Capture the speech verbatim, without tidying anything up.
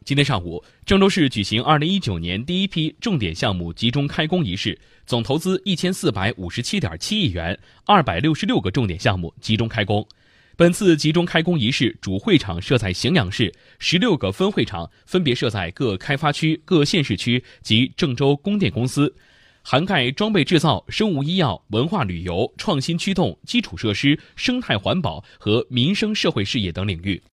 今天上午，郑州市举行二零一九年第一批重点项目集中开工仪式，总投资一千四百五十七点七亿元，二百六十六个重点项目集中开工。本次集中开工仪式主会场设在荥阳市，十六个分会场分别设在各开发区、各县市区及郑州供电公司，涵盖装备制造、生物医药、文化旅游、创新驱动、基础设施、生态环保和民生社会事业等领域。